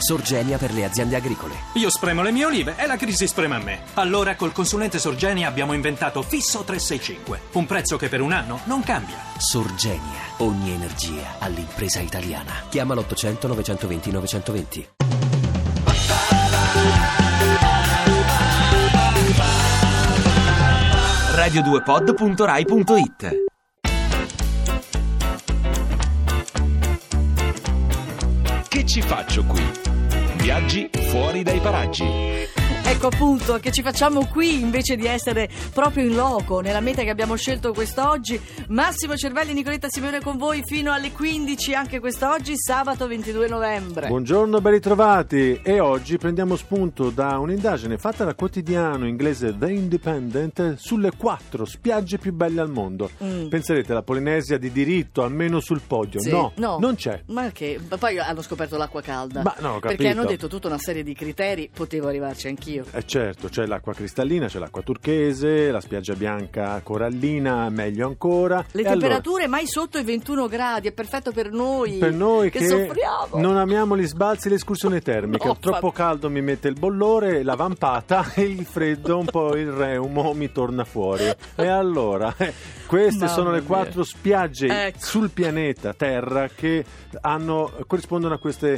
Sorgenia per le aziende agricole. Io spremo le mie olive e la crisi sprema me. Allora col consulente Sorgenia abbiamo inventato Fisso 365, un prezzo che per un anno non cambia. Sorgenia, ogni energia all'impresa italiana. Chiama l'800 920 920. radio2pod.rai.it. Che ci faccio qui? Viaggi fuori dai paraggi. Ecco appunto che ci facciamo qui invece di essere proprio in loco nella meta che abbiamo scelto quest'oggi. Massimo Cervelli e Nicoletta Simeone con voi fino alle 15 anche quest'oggi, sabato 22 novembre. Buongiorno, ben ritrovati. E oggi prendiamo spunto da un'indagine fatta dal quotidiano inglese The Independent sulle 4 spiagge più belle al mondo. Penserete la Polinesia di diritto almeno sul podio? Sì, no, no, non c'è. Ma che? Poi hanno scoperto l'acqua calda. Ma no, ho capito. Perché hanno detto tutta una serie di criteri, potevo arrivarci anch'io. Certo, c'è l'acqua cristallina, c'è l'acqua turchese, la spiaggia bianca corallina, meglio ancora. Le temperature mai sotto i 21 gradi, è perfetto per noi. Per noi che soffriamo. Non amiamo gli sbalzi e le escursioni termiche. No, troppo caldo mi mette il bollore, la vampata, e il freddo, un po' il reumo mi torna fuori. E allora, queste sono le 4 spiagge sul pianeta Terra che corrispondono a questi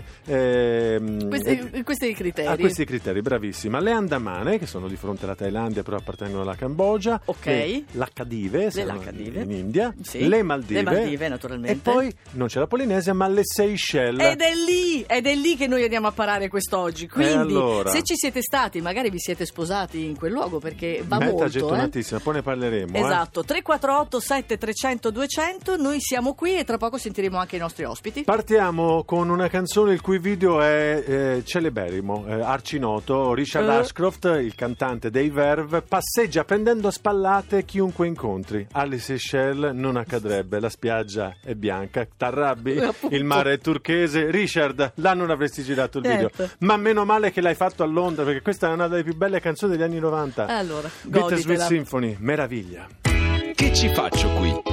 criteri. A questi criteri, bravissima. Le Andamane, che sono di fronte alla Thailandia, però appartengono alla Cambogia. Ok. L'Accadive, in India. Sì. Le Maldive, naturalmente. E poi non c'è la Polinesia, ma le Seychelles. Ed è lì che noi andiamo a parare quest'oggi. Quindi, allora, se ci siete stati, magari vi siete sposati in quel luogo, perché va meta molto. gettonatissima, poi ne parleremo. Esatto, 348 7300 200. Noi siamo qui e tra poco sentiremo anche i nostri ospiti. Partiamo con una canzone il cui video è celeberrimo, arcinoto. Richard Ashcroft, il cantante dei Verve, passeggia prendendo a spallate chiunque incontri. Alle Seychelles non accadrebbe, la spiaggia è bianca. T'arrabbi? Il mare è turchese. Richard, là non avresti girato il video. Ma meno male che l'hai fatto a Londra, perché questa è una delle più belle canzoni degli anni 90. Allora, Bittersweet Symphony, meraviglia. Che ci faccio qui?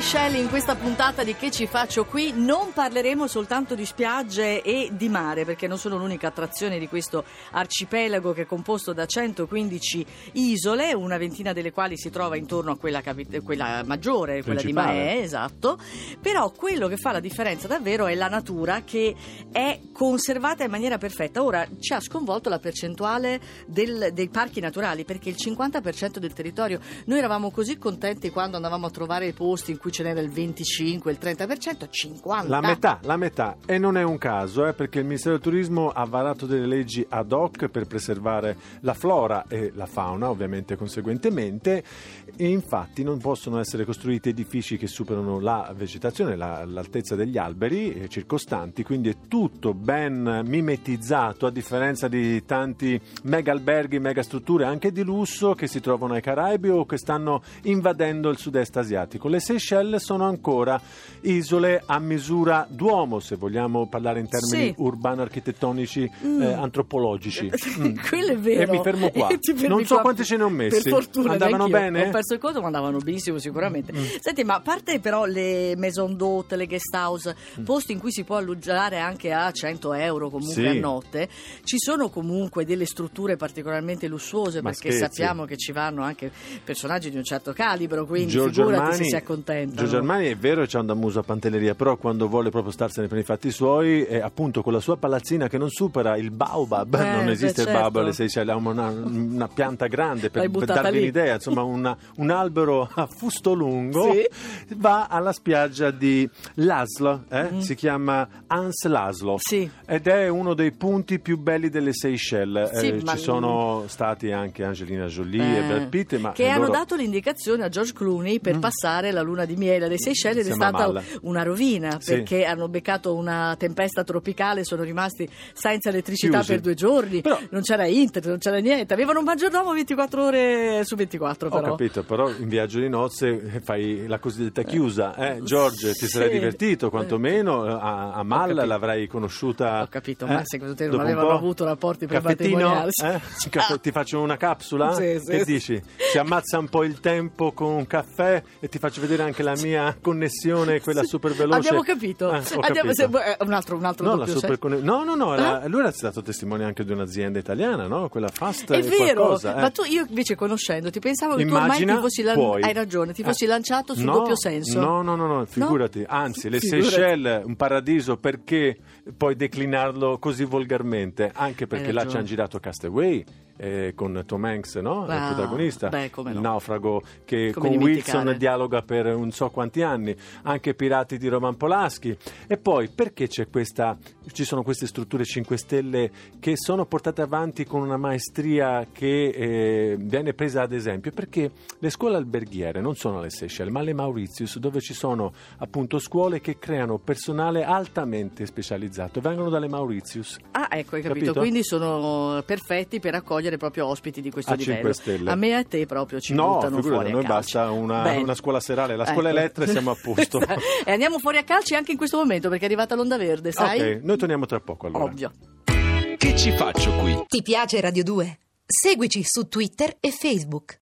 Seychelles in questa puntata di Che ci faccio qui. Non parleremo soltanto di spiagge e di mare, perché non sono l'unica attrazione di questo arcipelago che è composto da 115 isole, una ventina delle quali si trova intorno a quella maggiore, quella di Mahé, esatto. Però quello che fa la differenza davvero è la natura, che è conservata in maniera perfetta. Ora ci ha sconvolto la percentuale dei parchi naturali, perché il 50% del territorio, noi eravamo così contenti quando andavamo a trovare i posti in cui ce n'era il 25, il 30%, 50%. La metà. E non è un caso, perché il Ministero del Turismo ha varato delle leggi ad hoc per preservare la flora e la fauna, ovviamente conseguentemente, e infatti non possono essere costruiti edifici che superano la vegetazione, l'altezza degli alberi circostanti, quindi è tutto ben mimetizzato, a differenza di tanti mega alberghi, mega strutture anche di lusso che si trovano ai Caraibi o che stanno invadendo il sud-est asiatico. Le Seychelles sono ancora isole a misura d'uomo, se vogliamo parlare in termini urbano-architettonici, antropologici. Quello è vero. E mi fermo qua. Non so quanti ce ne ho messi. Per fortuna andavano bene? Ho perso il conto, ma andavano benissimo sicuramente. Senti, ma a parte però le maison d'hôte, le guest house, posti in cui si può alloggiare anche a 100 euro comunque a notte, ci sono comunque delle strutture particolarmente lussuose, perché sappiamo che ci vanno anche personaggi di un certo calibro, quindi figurati se si accontentano. Giorgio Armani è vero, c'ha un damuso a Pantelleria, però quando vuole proprio starsene per i fatti suoi, è appunto con la sua palazzina che non supera il baobab, non esiste il baobab alle Seychelles, ha una pianta grande per darvi un'idea, insomma un albero a fusto lungo, va alla spiaggia di Laszlo, si chiama Hans Laszlo, ed è uno dei punti più belli delle Seychelles. Ci sono stati anche Angelina Jolie e Brad Pitt, ma che hanno dato l'indicazione a George Clooney per passare la luna di miele alle Seychelles, ed è stata una rovina, perché hanno beccato una tempesta tropicale, sono rimasti senza elettricità per 2 giorni, però non c'era internet, non c'era niente, avevano un maggiordomo 24 ore su 24. Però. Ho capito, però in viaggio di nozze fai la cosiddetta chiusa, George, ti sarai divertito quantomeno, a Malla l'avrai conosciuta. Ho capito, ma secondo te non avevano avuto rapporti prematrimoniali? Ti faccio una capsula? Che dici? Si ammazza un po' il tempo con un caffè e ti faccio vedere anche la mia connessione, quella super veloce. Abbiamo capito. Un altro no, doppio lui era stato testimone anche di un'azienda italiana, no? Quella Fast è vero, qualcosa. Ma io invece conoscendoti pensavo che tu ormai ti fossi hai ragione, ti fossi lanciato sul doppio senso. No, figurati. Anzi, le Seychelles un paradiso, perché poi declinarlo così volgarmente? Anche perché là ci hanno girato Castaway, con Tom Hanks, no? Il protagonista, il naufrago che come con Wilson dialoga per non so quanti anni, anche Pirati di Roman Polanski. E poi perché ci sono queste strutture 5 stelle che sono portate avanti con una maestria che viene presa ad esempio, perché le scuole alberghiere non sono alle Seychelles ma alle Mauritius, dove ci sono appunto scuole che creano personale altamente specializzato, vengono dalle Mauritius. Ecco, hai capito? Quindi sono perfetti per accogliere proprio ospiti di questo livello. 5 stelle. A me e a te proprio ci buttano fuori a noi calci. Basta una scuola serale, la scuola elettra e siamo a posto. E andiamo fuori a calci anche in questo momento, perché è arrivata l'onda verde, sai? Ok, noi torniamo tra poco allora. Ovvio. Che ci faccio qui? Ti piace Radio 2? Seguici su Twitter e Facebook.